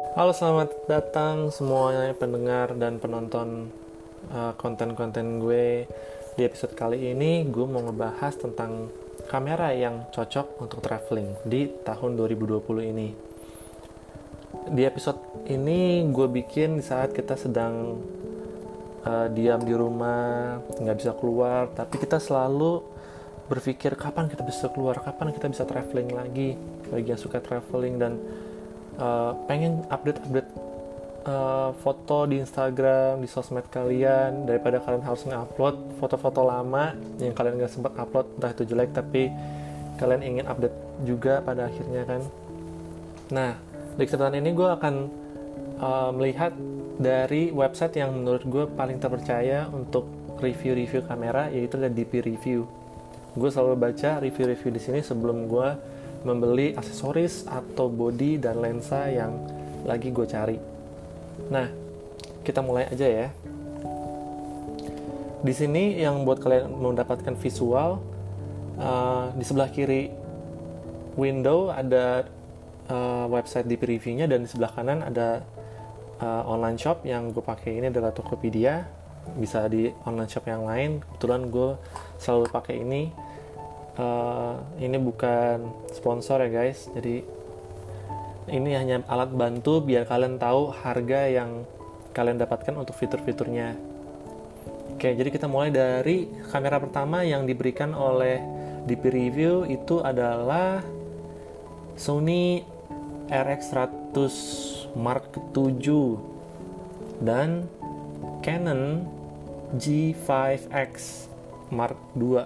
Halo, selamat datang semuanya pendengar dan penonton konten-konten gue. Di episode kali ini gue mau ngebahas tentang kamera yang cocok untuk traveling di tahun 2020 ini. Di episode ini gue bikin di saat kita sedang diam di rumah, nggak bisa keluar, tapi kita selalu berpikir kapan kita bisa keluar, kapan kita bisa traveling lagi. Bagi yang suka traveling dan pengen update-update foto di Instagram, di sosmed kalian, daripada kalian harus nge-upload foto-foto lama yang kalian nggak sempat upload, entah itu jelek tapi kalian ingin update juga pada akhirnya kan. Nah, di kesempatan ini gue akan melihat dari website yang menurut gue paling terpercaya untuk review-review kamera, yaitu ada DP Review. Gue selalu baca review-review di sini sebelum gue membeli aksesoris atau body dan lensa yang lagi gue cari. Nah, kita mulai aja ya. Di sini yang buat kalian mendapatkan visual, di sebelah kiri window ada website DP Review-nya, dan di sebelah kanan ada online shop. Yang gue pakai ini adalah Tokopedia. Bisa di online shop yang lain. Kebetulan gue selalu pakai ini. Ini bukan sponsor ya guys, jadi ini hanya alat bantu biar kalian tahu harga yang kalian dapatkan untuk fitur-fiturnya. Oke, jadi kita mulai dari kamera pertama yang diberikan oleh DP Review. Itu adalah Sony RX100 Mark VII dan Canon G5X Mark II.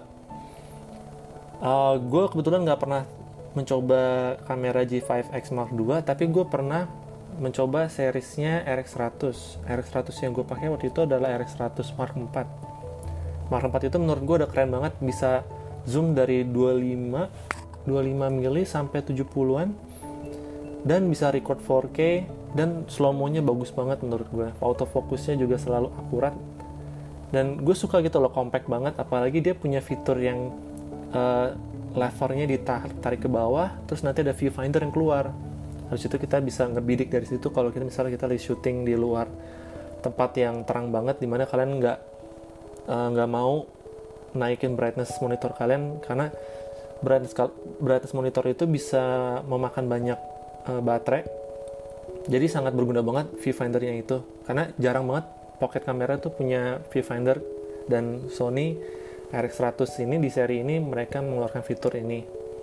Gue kebetulan nggak pernah mencoba kamera G5X Mark II, tapi gue pernah mencoba seriesnya RX100. RX100 yang gue pakai waktu itu adalah RX100 Mark IV. Mark IV itu menurut gue udah keren banget, bisa zoom dari 25 mili sampai 70-an, dan bisa record 4K, dan slow-mo-nya bagus banget menurut gue. Autofocusnya juga selalu akurat, dan gue suka gitu loh, compact banget. Apalagi dia punya fitur yang levernya ditarik ke bawah, terus nanti ada viewfinder yang keluar. Habis itu kita bisa ngebidik dari situ kalau kita misalnya kita lagi syuting di luar tempat yang terang banget, dimana kalian nggak mau naikin brightness monitor kalian, karena brightness monitor itu bisa memakan banyak baterai. Jadi sangat berguna banget viewfindernya itu, karena jarang banget pocket kamera tuh punya viewfinder, dan Sony RX100 ini di seri ini mereka mengeluarkan fitur ini.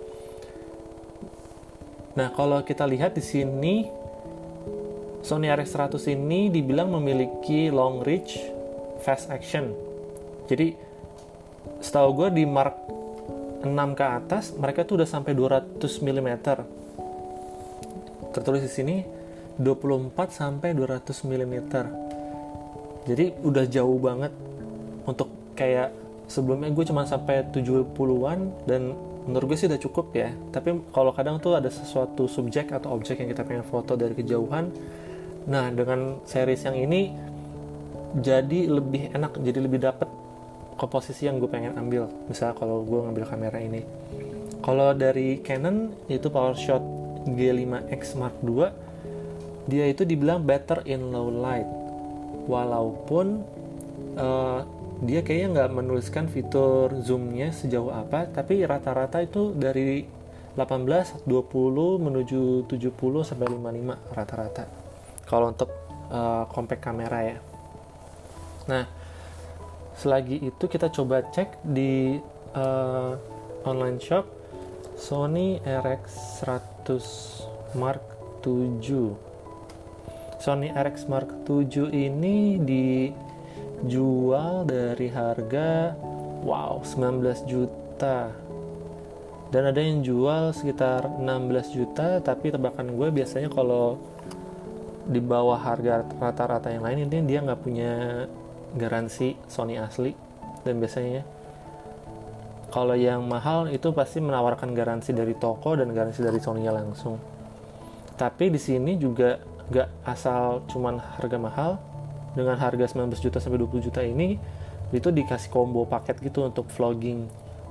Nah, kalau kita lihat di sini, Sony RX100 ini dibilang memiliki long reach, fast action. Jadi setahu gue di Mark 6 ke atas mereka tuh udah sampai 200 mm. Tertulis di sini 24 sampai 200 mm. Jadi udah jauh banget. Untuk kayak sebelumnya gue cuma sampai 70-an, dan menurut gue sih udah cukup ya. Tapi kalau kadang tuh ada sesuatu subjek atau objek yang kita pengen foto dari kejauhan. Nah, dengan series yang ini jadi lebih enak, jadi lebih dapet komposisi yang gue pengen ambil. Misalnya kalau gue ngambil kamera ini. Kalau dari Canon itu PowerShot G5X Mark II, dia itu dibilang better in low light. Walaupun dia kayaknya nggak menuliskan fitur zoomnya sejauh apa, tapi rata-rata itu dari 18, 20 menuju 70 sampai 55 rata-rata kalau untuk compact kamera ya. Nah, selagi itu kita coba cek di online shop Sony RX100 Mark VII. Sony RX Mark VII ini dijual dari harga 19 juta, dan ada yang jual sekitar 16 juta, tapi tebakan gue biasanya kalau di bawah harga rata-rata yang lain ini dia nggak punya garansi Sony asli. Dan biasanya kalau yang mahal itu pasti menawarkan garansi dari toko dan garansi dari Sony-nya langsung. Tapi di sini juga nggak asal cuman harga mahal. Dengan harga 19 juta sampai 20 juta ini, itu dikasih combo paket gitu untuk vlogging.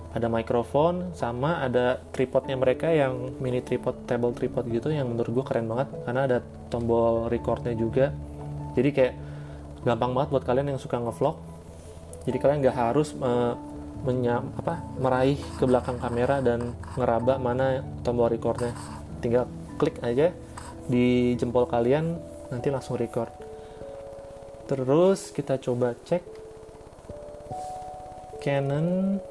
ada mikrofon, sama ada tripodnya mereka yang mini tripod, table tripod gitu, yang menurut gue keren banget karena ada tombol recordnya juga. Jadi kayak gampang banget buat kalian yang suka ngevlog. Jadi kalian nggak harus meraih ke belakang kamera dan ngeraba mana tombol recordnya. Tinggal klik aja di jempol kalian, nanti langsung record. Terus kita coba cek Canon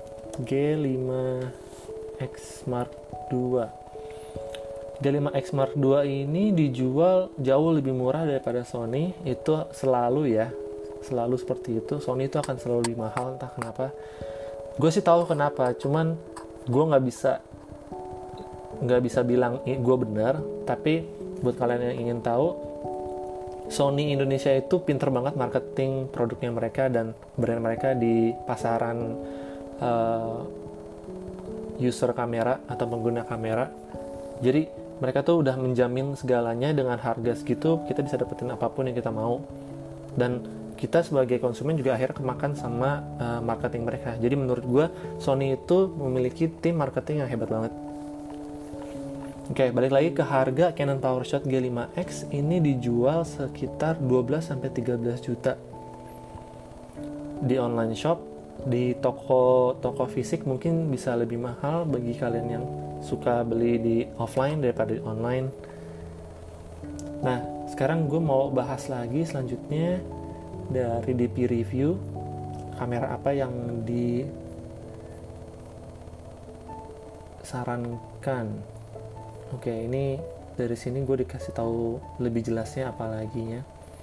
G5X Mark II. G5X Mark II ini dijual jauh lebih murah daripada Sony. Itu selalu seperti itu. Sony itu akan selalu lebih mahal, entah kenapa. Gue sih tahu kenapa, cuman gue nggak bisa bilang gue benar. Tapi buat kalian yang ingin tahu, Sony Indonesia itu pinter banget marketing produknya mereka dan brand mereka di pasaran user kamera atau pengguna kamera. Jadi mereka tuh udah menjamin segalanya. Dengan harga segitu kita bisa dapetin apapun yang kita mau, dan kita sebagai konsumen juga akhirnya kemakan sama marketing mereka. Jadi menurut gue Sony itu memiliki tim marketing yang hebat banget. Oke, balik lagi ke harga Canon PowerShot G5X. Ini dijual sekitar 12-13 juta di online shop. Di toko fisik mungkin bisa lebih mahal bagi kalian yang suka beli di offline daripada di online. Nah, sekarang gue mau bahas lagi selanjutnya dari DP Review, kamera apa yang disarankan. Oke, ini dari sini gue dikasih tahu lebih jelasnya apa laginya.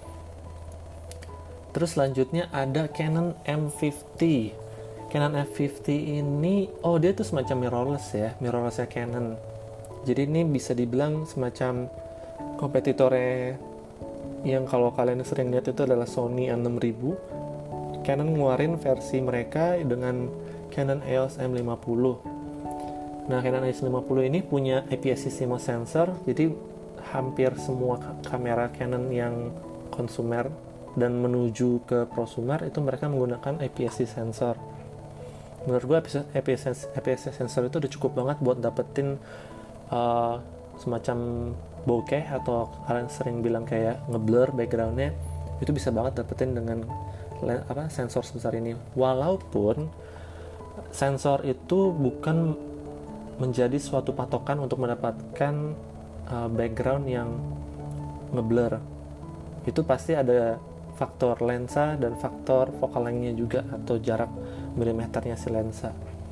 Terus selanjutnya ada Canon M50. Canon M50 ini, dia tuh semacam mirrorlessnya Canon. Jadi ini bisa dibilang semacam kompetitornya yang kalau kalian sering lihat itu adalah Sony A6000. Canon ngeluarin versi mereka dengan Canon EOS M50. Nah, Canon EOS M50 ini punya APS-C CMOS sensor. Jadi hampir semua kamera Canon yang konsumer dan menuju ke prosumer itu mereka menggunakan APS-C sensor. Menurut gue APS-C sensor itu udah cukup banget buat dapetin semacam bokeh, atau kalian sering bilang kayak ngeblur backgroundnya. Itu bisa banget dapetin dengan sensor sebesar ini. Walaupun sensor itu bukan menjadi suatu patokan untuk mendapatkan background yang ngeblur. Itu pasti ada faktor lensa dan faktor focal length-nya juga, atau jarak milimeternya si lensa.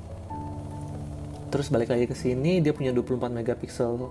Terus balik lagi ke sini, dia punya 24 megapiksel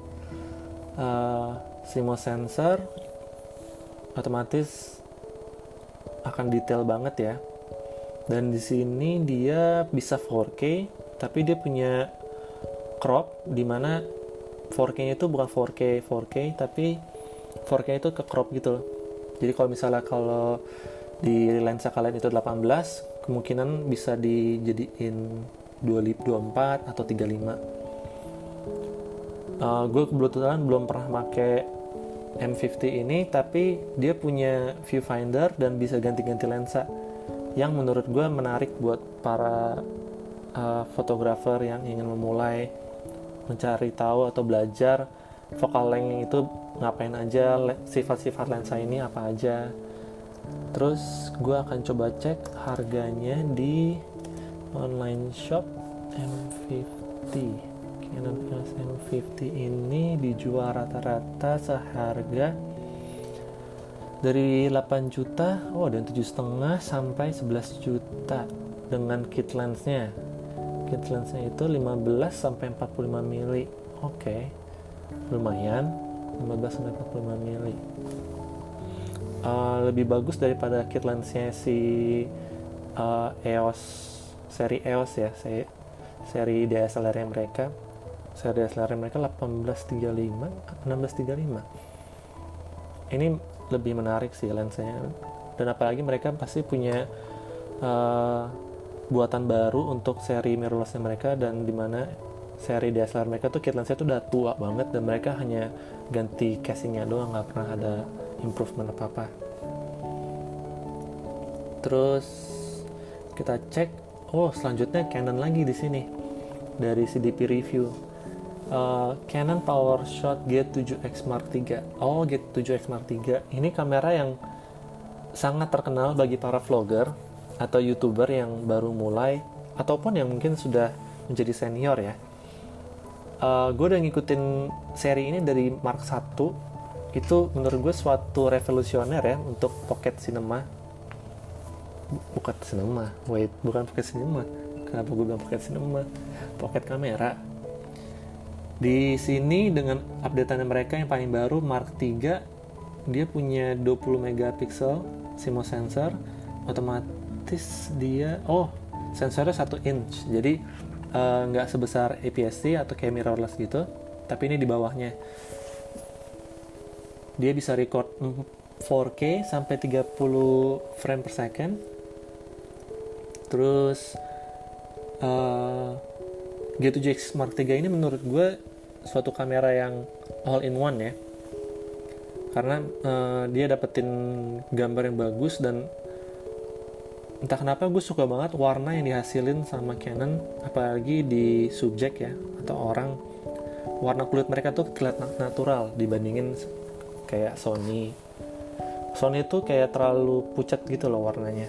CMOS sensor, otomatis akan detail banget ya. Dan di sini dia bisa 4K, tapi dia punya crop, dimana 4K-nya itu bukan 4K, tapi 4K itu ke crop gitu loh. Jadi kalau di lensa kalian itu 18, kemungkinan bisa dijadiin 24 atau 35. Gue kebetulan belum pernah pakai M50 ini, tapi dia punya viewfinder dan bisa ganti-ganti lensa, yang menurut gue menarik buat para fotografer yang ingin memulai mencari tahu atau belajar focal length itu ngapain aja, sifat-sifat lensa ini apa aja. Terus gue akan coba cek harganya di online shop M50. Canon EOS M50 ini dijual rata-rata seharga dari 8 juta, dan 7,5 sampai 11 juta dengan kit lensnya. Kit lensnya itu 15 sampai 45 mili. Oke. Lumayan, 15 sampai 45 mili. Lebih bagus daripada kit lensnya si EOS, seri EOS ya, seri DSLR yang mereka. Seri DSLR mereka 1835, 1635. Ini lebih menarik sih lensanya, dan apalagi mereka pasti punya buatan baru untuk seri mirrorless mereka, dan dimana seri DSLR mereka tuh kit lensnya tuh udah tua banget, dan mereka hanya ganti casingnya doang, nggak pernah ada improvement apa-apa. Terus kita cek, selanjutnya Canon lagi di sini. dari CDP Review. Canon PowerShot G7X Mark III. Oh, G7X Mark III. Ini kamera yang sangat terkenal bagi para vlogger atau YouTuber yang baru mulai ataupun yang mungkin sudah menjadi senior ya. Gue udah ngikutin seri ini dari Mark I. Itu menurut gue suatu revolusioner ya untuk pocket cinema. Bukan pocket cinema. Kenapa gue bilang pocket cinema? Pocket kamera. Di sini dengan updatean mereka yang paling baru Mark III, dia punya 20 megapiksel CMOS sensor, otomatis dia sensornya 1 inch. Jadi nggak sebesar APS-C atau kayak mirrorless gitu, tapi ini di bawahnya. Dia bisa record 4K sampai 30 frame per second. Terus G7X Mark III ini menurut gue suatu kamera yang all in one ya, karena dia dapetin gambar yang bagus, dan entah kenapa gue suka banget warna yang dihasilin sama Canon, apalagi di subjek ya atau orang. Warna kulit mereka tuh kelihatan natural dibandingin kayak Sony itu kayak terlalu pucat gitu loh warnanya,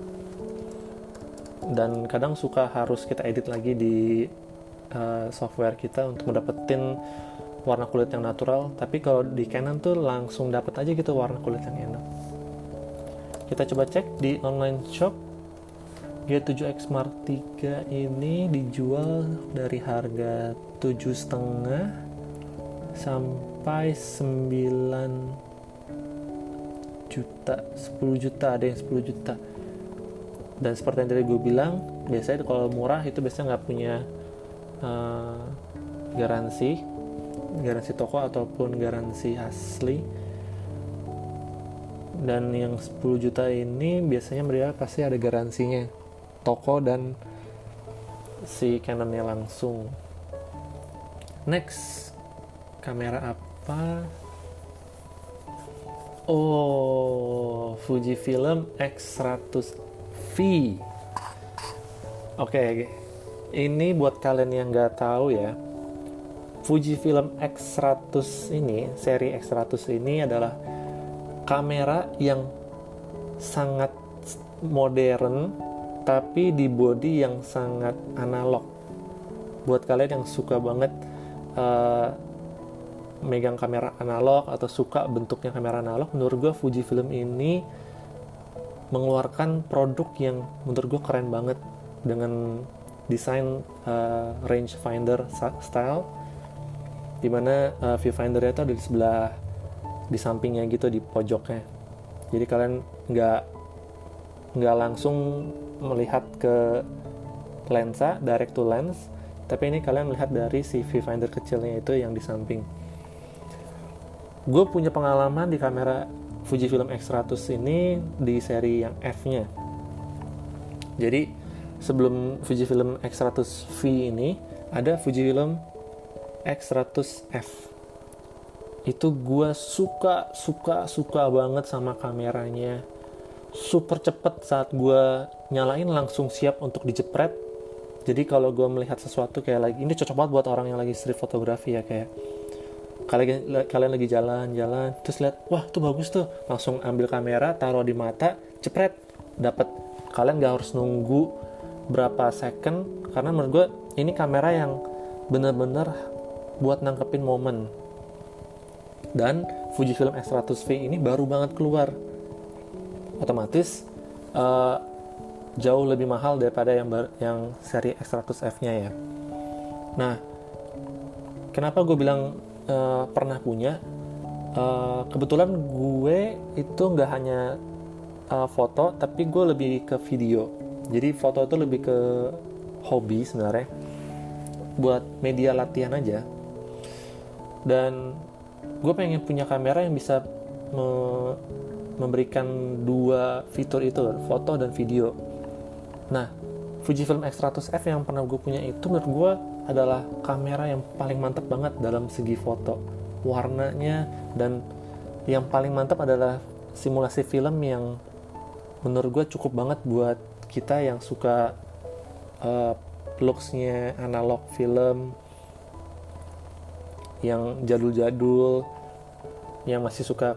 dan kadang suka harus kita edit lagi di software kita untuk mendapatkan warna kulit yang natural. Tapi kalau di Canon tuh langsung dapat aja gitu warna kulit yang enak. Kita coba cek di online shop. G7X Mark III ini dijual dari harga 7,5 sampai 9 juta, 10 juta, ada yang 10 juta. Dan seperti yang tadi gue bilang, biasanya kalau murah itu biasanya nggak punya garansi toko ataupun garansi asli. Dan yang 10 juta ini biasanya mereka pasti ada garansinya, toko dan si Canonnya langsung. Next, kamera apa? Fujifilm X100V. Oke, ini buat kalian yang nggak tahu ya, Fujifilm X100 ini, seri X100 ini adalah kamera yang sangat modern tapi di body yang sangat analog. Buat kalian yang suka banget megang kamera analog atau suka bentuknya kamera analog, menurut gue Fujifilm ini mengeluarkan produk yang menurut gue keren banget dengan desain rangefinder style, dimana viewfindernya itu ada di sebelah, di sampingnya gitu, di pojoknya. Jadi kalian nggak langsung melihat ke lensa, direct to lens, tapi ini kalian melihat dari si viewfinder kecilnya itu yang di samping. Gue punya pengalaman di kamera Fujifilm X100 ini di seri yang F-nya. Jadi sebelum Fujifilm X100V ini ada Fujifilm X100F. Itu gue suka banget sama kameranya. Super cepet, saat gue nyalain langsung siap untuk dijepret. Jadi kalau gue melihat sesuatu kayak lagi, ini cocok banget buat orang yang lagi street fotografi ya, kayak kalian lagi jalan terus lihat, wah tuh bagus tuh, langsung ambil kamera, taruh di mata, jepret, dapet. Kalian gak harus nunggu berapa second, karena menurut gue ini kamera yang bener-bener buat nangkepin momen. Dan Fujifilm X100V ini baru banget keluar, otomatis jauh lebih mahal daripada yang seri X100F nya ya. Nah, kenapa gue bilang pernah punya? Kebetulan gue itu nggak hanya foto, tapi gue lebih ke video. Jadi foto itu lebih ke hobi sebenarnya, buat media latihan aja. Dan gue pengen punya kamera yang bisa memberikan dua fitur itu, foto dan video. Nah, Fujifilm X100F yang pernah gue punya itu menurut gue adalah kamera yang paling mantap banget dalam segi foto, warnanya, dan yang paling mantap adalah simulasi film yang menurut gue cukup banget buat kita yang suka looks-nya analog film yang jadul-jadul, yang masih suka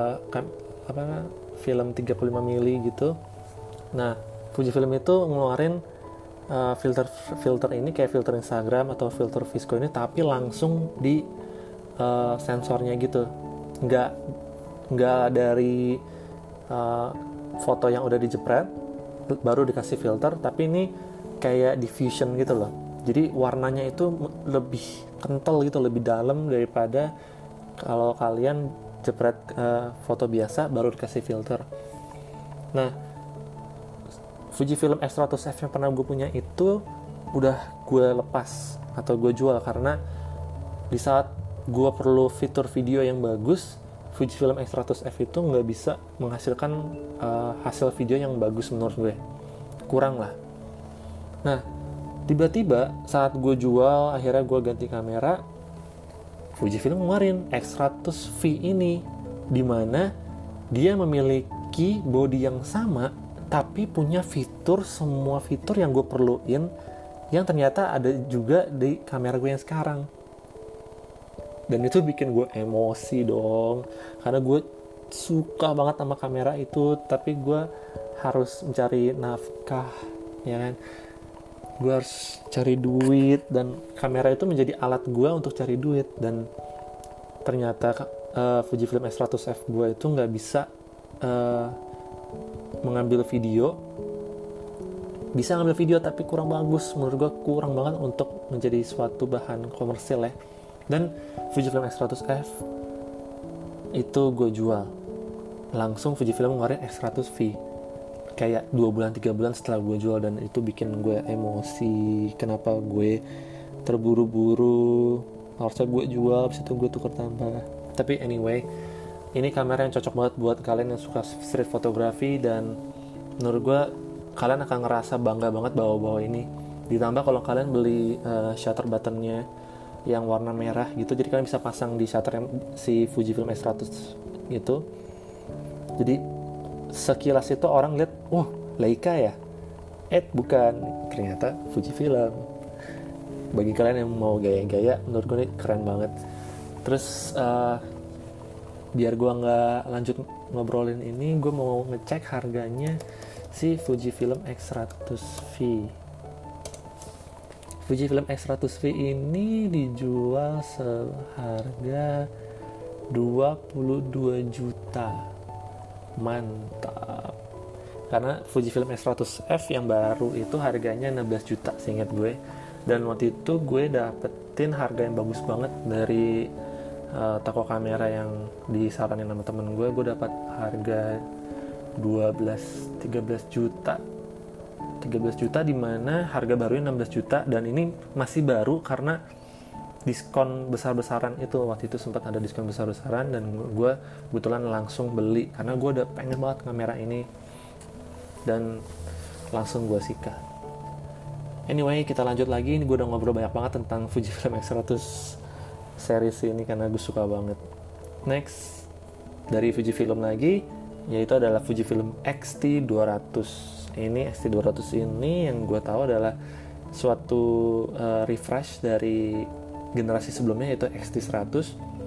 film 35 mili gitu. Nah, Fujifilm itu ngeluarin filter ini kayak filter Instagram atau filter VSCO ini, tapi langsung di sensornya gitu, nggak dari foto yang udah dijepret baru dikasih filter, tapi ini kayak diffusion gitu loh. Jadi warnanya itu lebih kental gitu, lebih dalam daripada kalau kalian jepret foto biasa baru dikasih filter. Nah, Fujifilm X100F yang pernah gue punya itu udah gue lepas atau gue jual, karena di saat gue perlu fitur video yang bagus, Fujifilm X100F itu nggak bisa menghasilkan hasil video yang bagus menurut gue, kurang lah. Nah, tiba-tiba saat gue jual, akhirnya gue ganti kamera, Fujifilm ngeluarin X100V ini, dimana dia memiliki body yang sama tapi punya semua fitur yang gue perluin, yang ternyata ada juga di kamera gue yang sekarang. Dan itu bikin gue emosi dong, karena gue suka banget sama kamera itu, tapi gue harus mencari nafkah, ya kan. Gue harus cari duit, dan kamera itu menjadi alat gue untuk cari duit. Dan ternyata Fujifilm X100F gue itu nggak bisa mengambil video, bisa ngambil video tapi kurang bagus, menurut gue kurang banget untuk menjadi suatu bahan komersil ya. Dan Fujifilm X100F itu gue jual, langsung Fujifilm ngeluarin X100V kayak 2-3 bulan setelah gue jual, dan itu bikin gue emosi. Kenapa gue terburu-buru, harusnya gue jual, habis itu gue tuker tambah. Tapi anyway, ini kamera yang cocok banget buat kalian yang suka street photography, dan menurut gue kalian akan ngerasa bangga banget bawa ini. Ditambah kalau kalian beli shutter buttonnya yang warna merah gitu, jadi kalian bisa pasang di shutter si Fujifilm X100 gitu. Jadi sekilas itu orang lihat, Leica ya? Bukan, ternyata Fujifilm. Bagi kalian yang mau gaya-gaya, menurut gue ini keren banget. Terus biar gue nggak lanjut ngobrolin ini, gue mau ngecek harganya si Fujifilm X100V. Fujifilm X100V ini dijual seharga 22 juta. Mantap. Karena Fujifilm X100F yang baru itu harganya 16 juta seingat gue. Dan waktu itu gue dapetin harga yang bagus banget dari toko kamera yang disaranin sama temen gue dapat harga 13 juta, dimana harga barunya 16 juta, dan ini masih baru karena diskon besar-besaran itu. Waktu itu sempat ada diskon besar-besaran, dan gue kebetulan langsung beli karena gue udah pengen banget kamera ini, dan langsung gue sikat. Anyway, kita lanjut lagi. Ini gue udah ngobrol banyak banget tentang Fujifilm X100 series ini karena gue suka banget. Next, dari Fujifilm lagi, yaitu adalah Fujifilm X-T200. Ini X-T200 ini yang gue tahu adalah suatu refresh dari generasi sebelumnya, yaitu X-T100.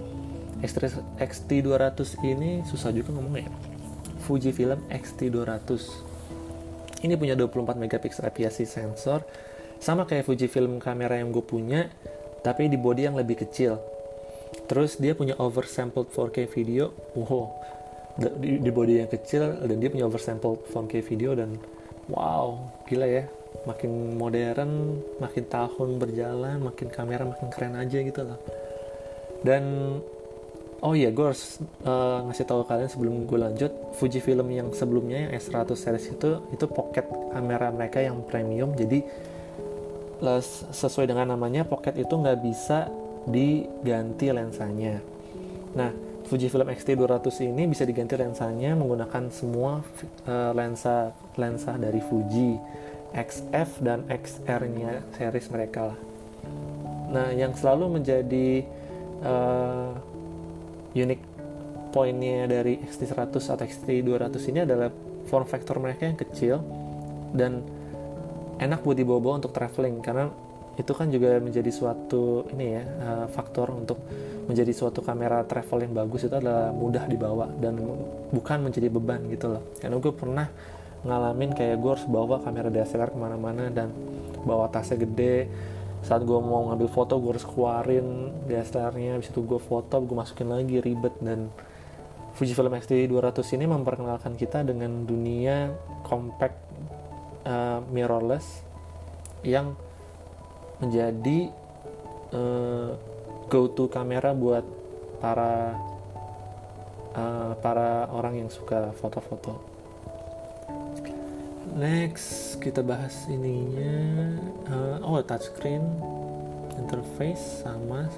X-T200 ini susah juga ngomongnya. Fujifilm X-T200 ini punya 24 megapiksel APS-C sensor, sama kayak Fujifilm kamera yang gue punya, tapi di body yang lebih kecil. Terus dia punya oversampled 4K video. Di body yang kecil, dan dia punya oversampled 4K video, dan wow, gila ya. Makin modern, makin tahun berjalan, makin kamera makin keren aja gitu loh. Dan gue harus ngasih tahu kalian sebelum gue lanjut, Fujifilm yang sebelumnya yang S100 series itu pocket kamera mereka yang premium. Jadi sesuai dengan namanya, pocket itu nggak bisa diganti lensanya. Nah, Fujifilm X-T200 ini bisa diganti lensanya menggunakan semua lensa dari Fuji, XF dan XR-nya series mereka lah. Nah, yang selalu menjadi unique poinnya dari X-T100 atau X-T200 ini adalah form factor mereka yang kecil, dan enak buat dibawa-bawa untuk traveling, karena itu kan juga menjadi suatu faktor untuk menjadi suatu kamera travel yang bagus itu adalah mudah dibawa dan bukan menjadi beban gitu loh. Karena gue pernah ngalamin kayak gue harus bawa kamera DSLR kemana-mana dan bawa tasnya gede. Saat gue mau ngambil foto gue harus keluarin DSLR-nya, habis itu gue foto, gue masukin lagi, ribet. Dan Fujifilm X-T200 ini memperkenalkan kita dengan dunia compact mirrorless yang menjadi go-to kamera buat para orang yang suka foto-foto. Next kita bahas ininya, touchscreen interface sama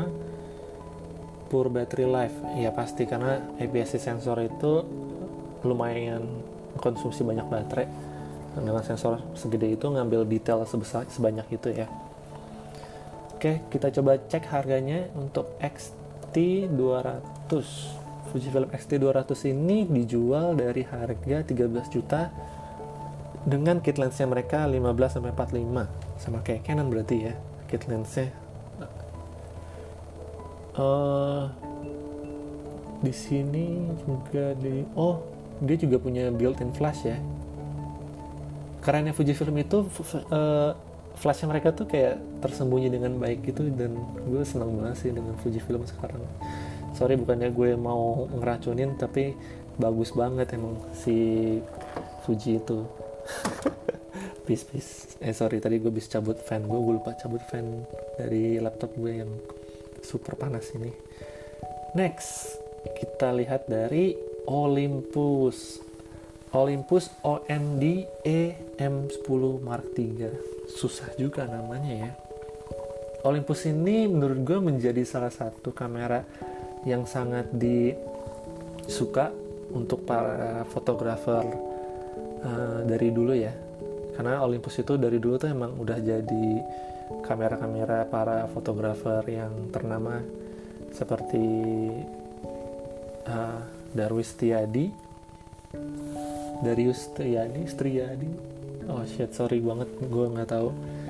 poor battery life. Ya pasti, karena APS-C sensor itu lumayan konsumsi banyak baterai. Dengan sensor segede itu ngambil detail sebanyak itu ya. Oke, kita coba cek harganya untuk X-T200. Fujifilm X-T200 ini dijual dari harga 13 juta dengan kit lensnya mereka 15-45, sama kayak Canon berarti ya kit lensnya. Di sini juga dia juga punya built-in flash ya. Kerennya Fujifilm itu flashnya mereka tuh kayak tersembunyi dengan baik gitu, dan gue senang banget sih dengan Fujifilm sekarang. Sorry, bukannya gue mau ngeracunin, tapi bagus banget emang si Fuji itu. Please. Sorry, tadi gue bisa cabut fan gue lupa cabut fan dari laptop gue yang super panas ini. Next, kita lihat dari Olympus OMD EM10 Mark III. Susah juga namanya ya. Olympus ini menurut gue menjadi salah satu kamera yang sangat disuka untuk para fotografer dari dulu ya. Karena Olympus itu dari dulu tuh emang udah jadi kamera-kamera para fotografer yang ternama, seperti Darius Triadi. Oh shit, sorry banget, gue nggak tahu.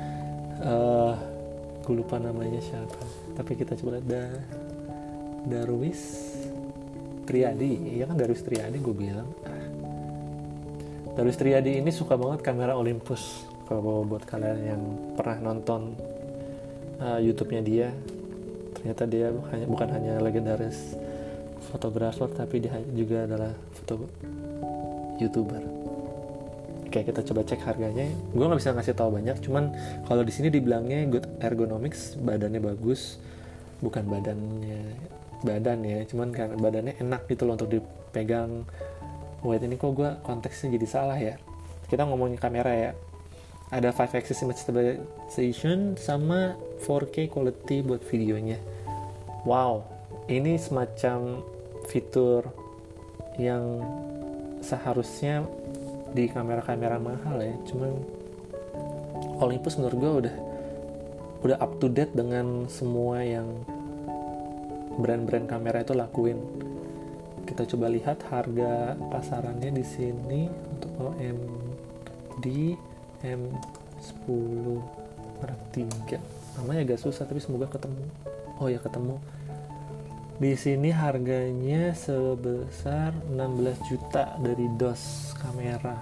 Gue lupa namanya siapa. Tapi kita coba lihat Darius Triadi. Iya kan, Darius Triadi gue bilang. Darius Triadi ini suka banget kamera Olympus. Kalau buat kalian yang pernah nonton YouTube-nya dia, ternyata dia bukan hanya legendaris fotografer, tapi dia juga adalah YouTuber. Oke, kita coba cek harganya. Gue nggak bisa ngasih tahu banyak, cuman kalau di sini dibilangnya good ergonomics, badannya bagus, bukan badan ya, cuman kan badannya enak gitu loh untuk dipegang. Wait, ini kok gue konteksnya jadi salah ya. Kita ngomongin kamera ya. Ada 5-axis image stabilization sama 4K quality buat videonya. Wow, ini semacam fitur yang seharusnya di kamera-kamera mahal ya. Cuman Olympus menurut gue udah up to date dengan semua yang brand-brand kamera itu lakuin. Kita coba lihat harga pasarannya di sini untuk OMD M10 Mark III. Namanya agak susah tapi semoga ketemu. Oh ya, ketemu. Di sini harganya sebesar 16 juta dari DOS kamera.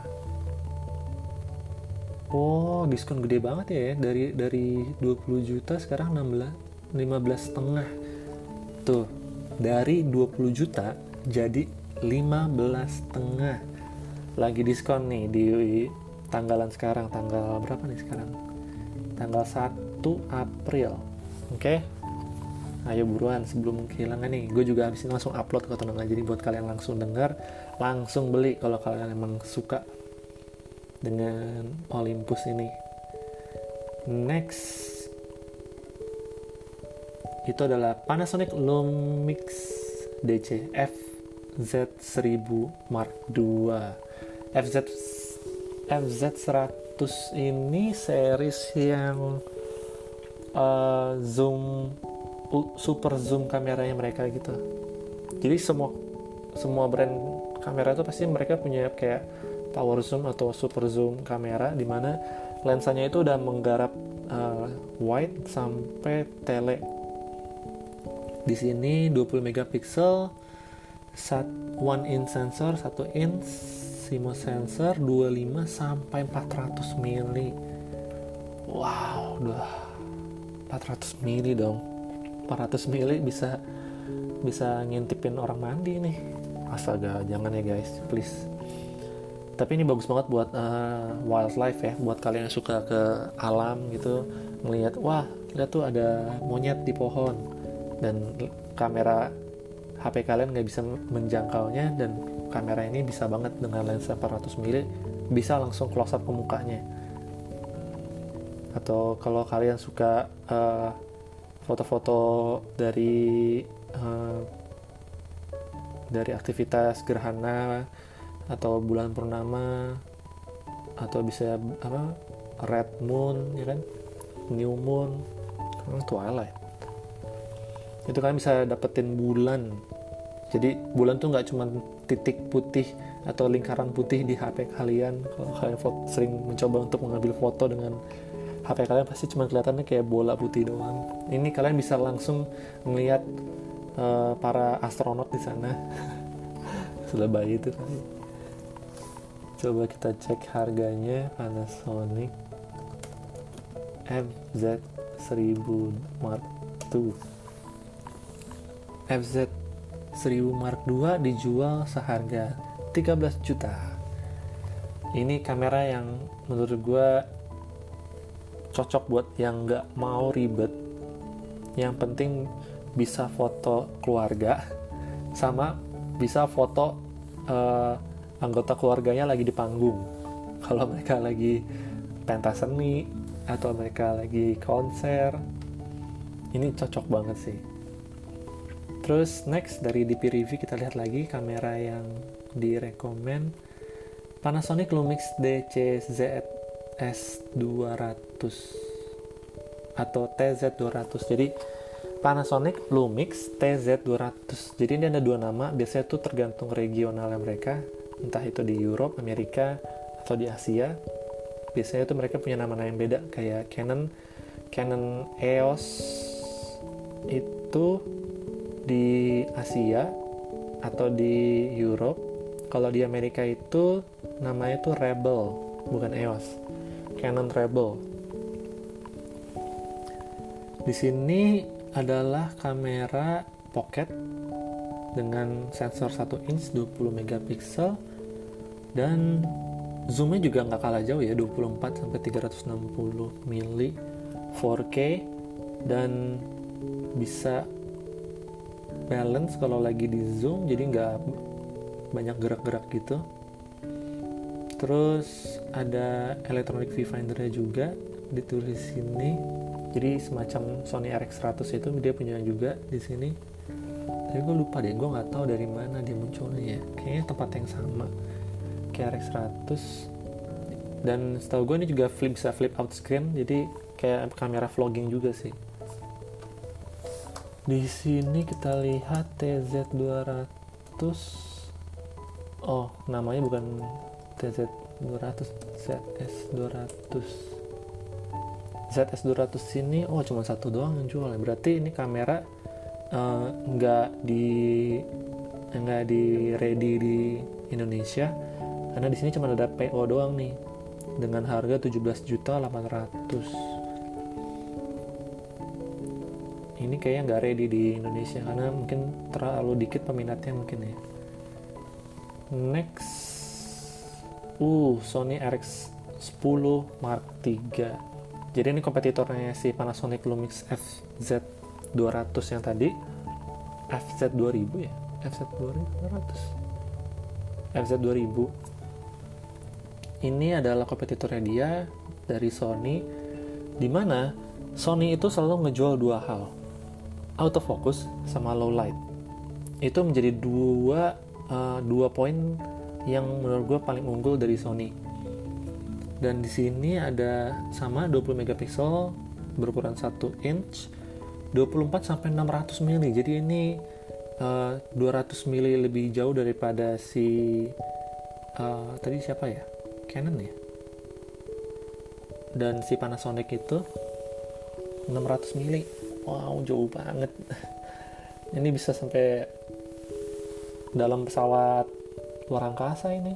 Oh, diskon gede banget ya, dari 20 juta sekarang 15 setengah. Tuh, dari 20 juta jadi 15 setengah. Lagi diskon nih di tanggalan sekarang. Tanggal berapa nih sekarang? Tanggal 1 April. Oke? Ayo buruan sebelum kehilangan nih. Gue juga habis ini langsung upload ke tenang aja. Jadi buat kalian langsung dengar, langsung beli kalau kalian emang suka dengan Olympus ini. Next, itu adalah Panasonic Lumix DC FZ1000 Mark II. FZ100 ini series yang super zoom kameranya mereka gitu. Jadi semua brand kamera itu pasti mereka punya kayak power zoom atau super zoom kamera, dimana lensanya itu udah menggarap wide sampai tele. Di sini 20 megapiksel, 1 inch sensor, 1 inch CMOS sensor, 25 sampai 400 mili. Wow, udah 400 mili dong. 400 mili bisa ngintipin orang mandi nih. Astaga, jangan ya guys, please. Tapi ini bagus banget buat wildlife ya, buat kalian yang suka ke alam gitu, ngelihat, wah, lihat tuh ada monyet di pohon, dan kamera HP kalian nggak bisa menjangkaunya, dan kamera ini bisa banget dengan lensa 400 mili bisa langsung close up ke mukanya. Atau kalau kalian suka foto-foto dari aktivitas gerhana atau bulan purnama, atau bisa red moon ya kan, new moon, twilight, itu kalian bisa dapetin bulan. Jadi bulan tuh nggak cuma titik putih atau lingkaran putih di HP kalian. Kalau kalian sering mencoba untuk mengambil foto dengan HP kalian, pasti cuma kelihatannya kayak bola putih doang. Ini kalian bisa langsung melihat para astronot di sana. Sudah bayi itu tadi. Coba kita cek harganya. Panasonic FZ1000 Mark II. FZ1000 Mark II dijual seharga 13 juta. Ini kamera yang menurut gue cocok buat yang nggak mau ribet, yang penting bisa foto keluarga, sama bisa foto anggota keluarganya lagi di panggung. Kalau mereka lagi pentas seni atau mereka lagi konser, ini cocok banget sih. Terus next dari DP Review kita lihat lagi kamera yang direkomend, Panasonic Lumix DCZS200 atau TZ200. Jadi Panasonic Lumix TZ200. Jadi ini ada dua nama, biasanya tuh tergantung regionalnya mereka, entah itu di Europe, Amerika, atau di Asia. Biasanya tuh mereka punya nama-nama yang beda, kayak Canon EOS itu di Asia atau di Europe. Kalau di Amerika itu namanya tuh Rebel, bukan EOS. Canon Rebel. Di sini adalah kamera pocket dengan sensor 1 inch 20 megapiksel, dan zoomnya juga nggak kalah jauh ya, 24 sampai 360 mili 4K, dan bisa balance kalau lagi di zoom, jadi nggak banyak gerak-gerak gitu. Terus ada electronic viewfinder juga ditulis sini. Jadi semacam Sony RX100 itu dia punya juga di sini. Tapi gue lupa deh, gue nggak tahu dari mana dia munculnya ya. Kayaknya tempat yang sama kayak RX100. Dan setahu gue ini juga bisa flip out screen, jadi kayak kamera vlogging juga sih. Di sini kita lihat TZ200. Oh, namanya bukan TZ200, ZS200 sini, oh cuma satu doang yang jual. Berarti ini kamera nggak di ready di Indonesia, karena di sini cuma ada PO doang nih, dengan harga 17.800. Ini kayaknya nggak ready di Indonesia karena mungkin terlalu dikit peminatnya mungkin ya. Next, Sony RX10 Mark III. Jadi ini kompetitornya si Panasonic Lumix FZ200 yang tadi. FZ2000 ya? FZ2000. Ini adalah kompetitornya dia dari Sony, dimana Sony itu selalu ngejual dua hal, autofocus sama low light. Itu menjadi dua poin yang menurut gue paling unggul dari Sony. Dan di sini ada sama 20 megapiksel berukuran 1 inch 24 sampai 600 mili. Jadi ini 200 mili lebih jauh daripada si tadi siapa ya? Canon ya? dan si Panasonic itu 600 mili. Wow, jauh banget. Ini bisa sampai dalam pesawat luar angkasa ini.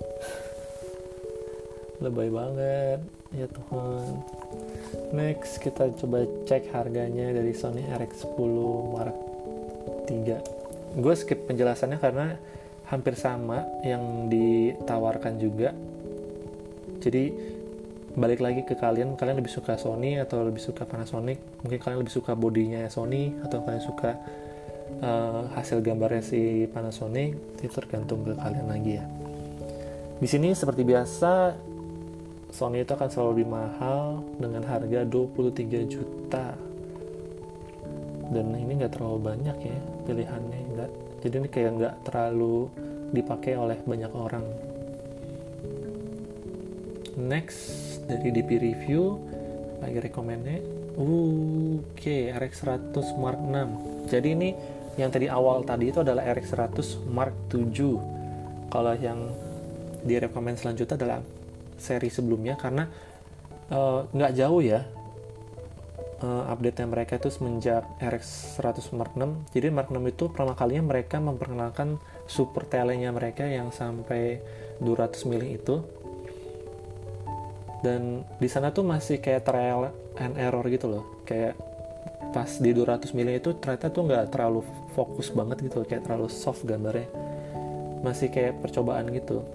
Lebay banget, ya Tuhan. Next, kita coba cek harganya dari Sony RX10 Mark III. Gue skip penjelasannya karena hampir sama yang ditawarkan juga. Jadi balik lagi ke kalian lebih suka Sony atau lebih suka Panasonic. Mungkin kalian lebih suka bodinya Sony atau kalian suka hasil gambarnya si Panasonic. Itu tergantung ke kalian lagi ya. Di sini seperti biasa Sony itu akan selalu lebih mahal dengan harga 23 juta. Dan ini nggak terlalu banyak ya pilihannya, nggak. Jadi ini kayak nggak terlalu dipakai oleh banyak orang. Next, dari DP Review lagi rekomennya. Oke, RX 100 Mark 6. Jadi ini yang tadi awal tadi itu adalah RX 100 Mark 7. Kalau yang direkomend selanjutnya adalah seri sebelumnya, karena nggak jauh ya update-nya mereka itu semenjak RX 100 Mark 6. Jadi Mark 6 itu pertama kalinya mereka memperkenalkan super tele-nya mereka yang sampai 200 mili itu. Dan di sana tuh masih kayak trial and error gitu loh. Kayak pas di 200 mili itu ternyata tuh nggak terlalu fokus banget gitu, kayak terlalu soft gambarnya. Masih kayak percobaan gitu.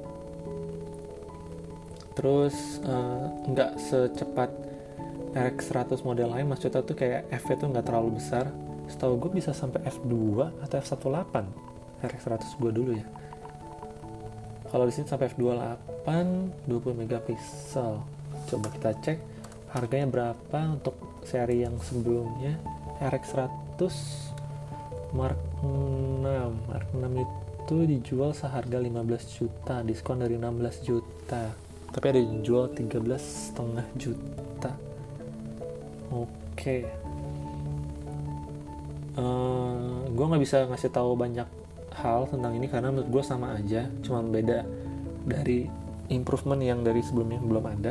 Terus nggak secepat RX 100 model lain, maksudnya tuh kayak F-nya tuh nggak terlalu besar. Setahu gue bisa sampai F2 atau F18 RX 100 gue dulu ya. Kalau di sini sampai F28 20 megapiksel. Coba kita cek harganya berapa untuk seri yang sebelumnya. RX 100 Mark 6. Mark 6 itu dijual seharga 15 juta, diskon dari 16 juta. Tapi ada yang dijual 13,5 juta. Oke. Gue nggak bisa ngasih tahu banyak hal tentang ini karena menurut gue sama aja, cuma beda dari improvement yang dari sebelumnya belum ada.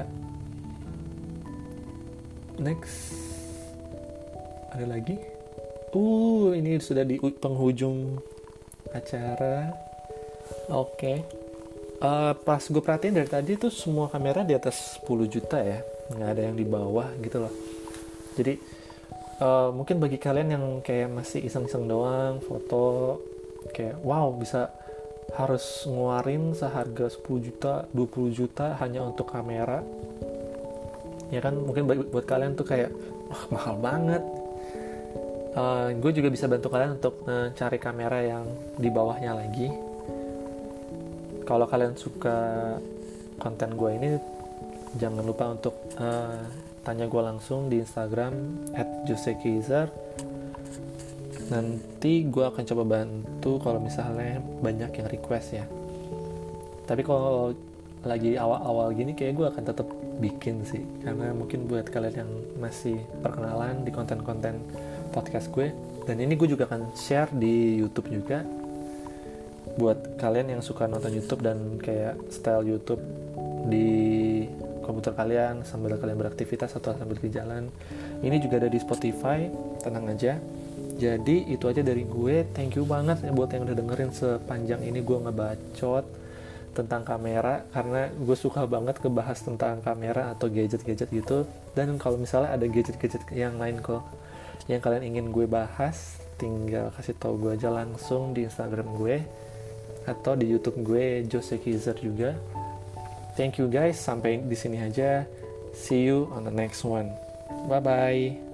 Next, ada lagi. Ini sudah di penghujung acara. Oke. Pas gue perhatiin dari tadi tuh semua kamera di atas 10 juta ya, nggak ada yang di bawah gitu loh. Jadi mungkin bagi kalian yang kayak masih iseng-iseng doang foto, kayak wow bisa harus ngeluarin seharga 10 juta, 20 juta hanya untuk kamera. Ya kan, mungkin buat kalian tuh kayak mahal banget. Gue juga bisa bantu kalian untuk cari kamera yang di bawahnya lagi. Kalau kalian suka konten gue ini, jangan lupa untuk tanya gue langsung di Instagram @josekeizer. Nanti gue akan coba bantu kalau misalnya banyak yang request ya. Tapi kalau lagi awal-awal gini kayak gue akan tetap bikin sih, karena mungkin buat kalian yang masih perkenalan di konten-konten podcast gue. Dan ini gue juga akan share di YouTube juga buat kalian yang suka nonton YouTube dan kayak style YouTube di komputer kalian sambil kalian beraktivitas atau sambil di jalan. Ini juga ada di Spotify, tenang aja. Jadi itu aja dari gue. Thank you banget buat yang udah dengerin sepanjang ini gue ngebacot tentang kamera, karena gue suka banget ngebahas tentang kamera atau gadget-gadget gitu. Dan kalau misalnya ada gadget-gadget yang lain kok yang kalian ingin gue bahas, tinggal kasih tahu gue aja langsung di Instagram gue atau di YouTube gue josekeizer juga. Thank you guys, sampai di sini aja. See you on the next one. Bye bye.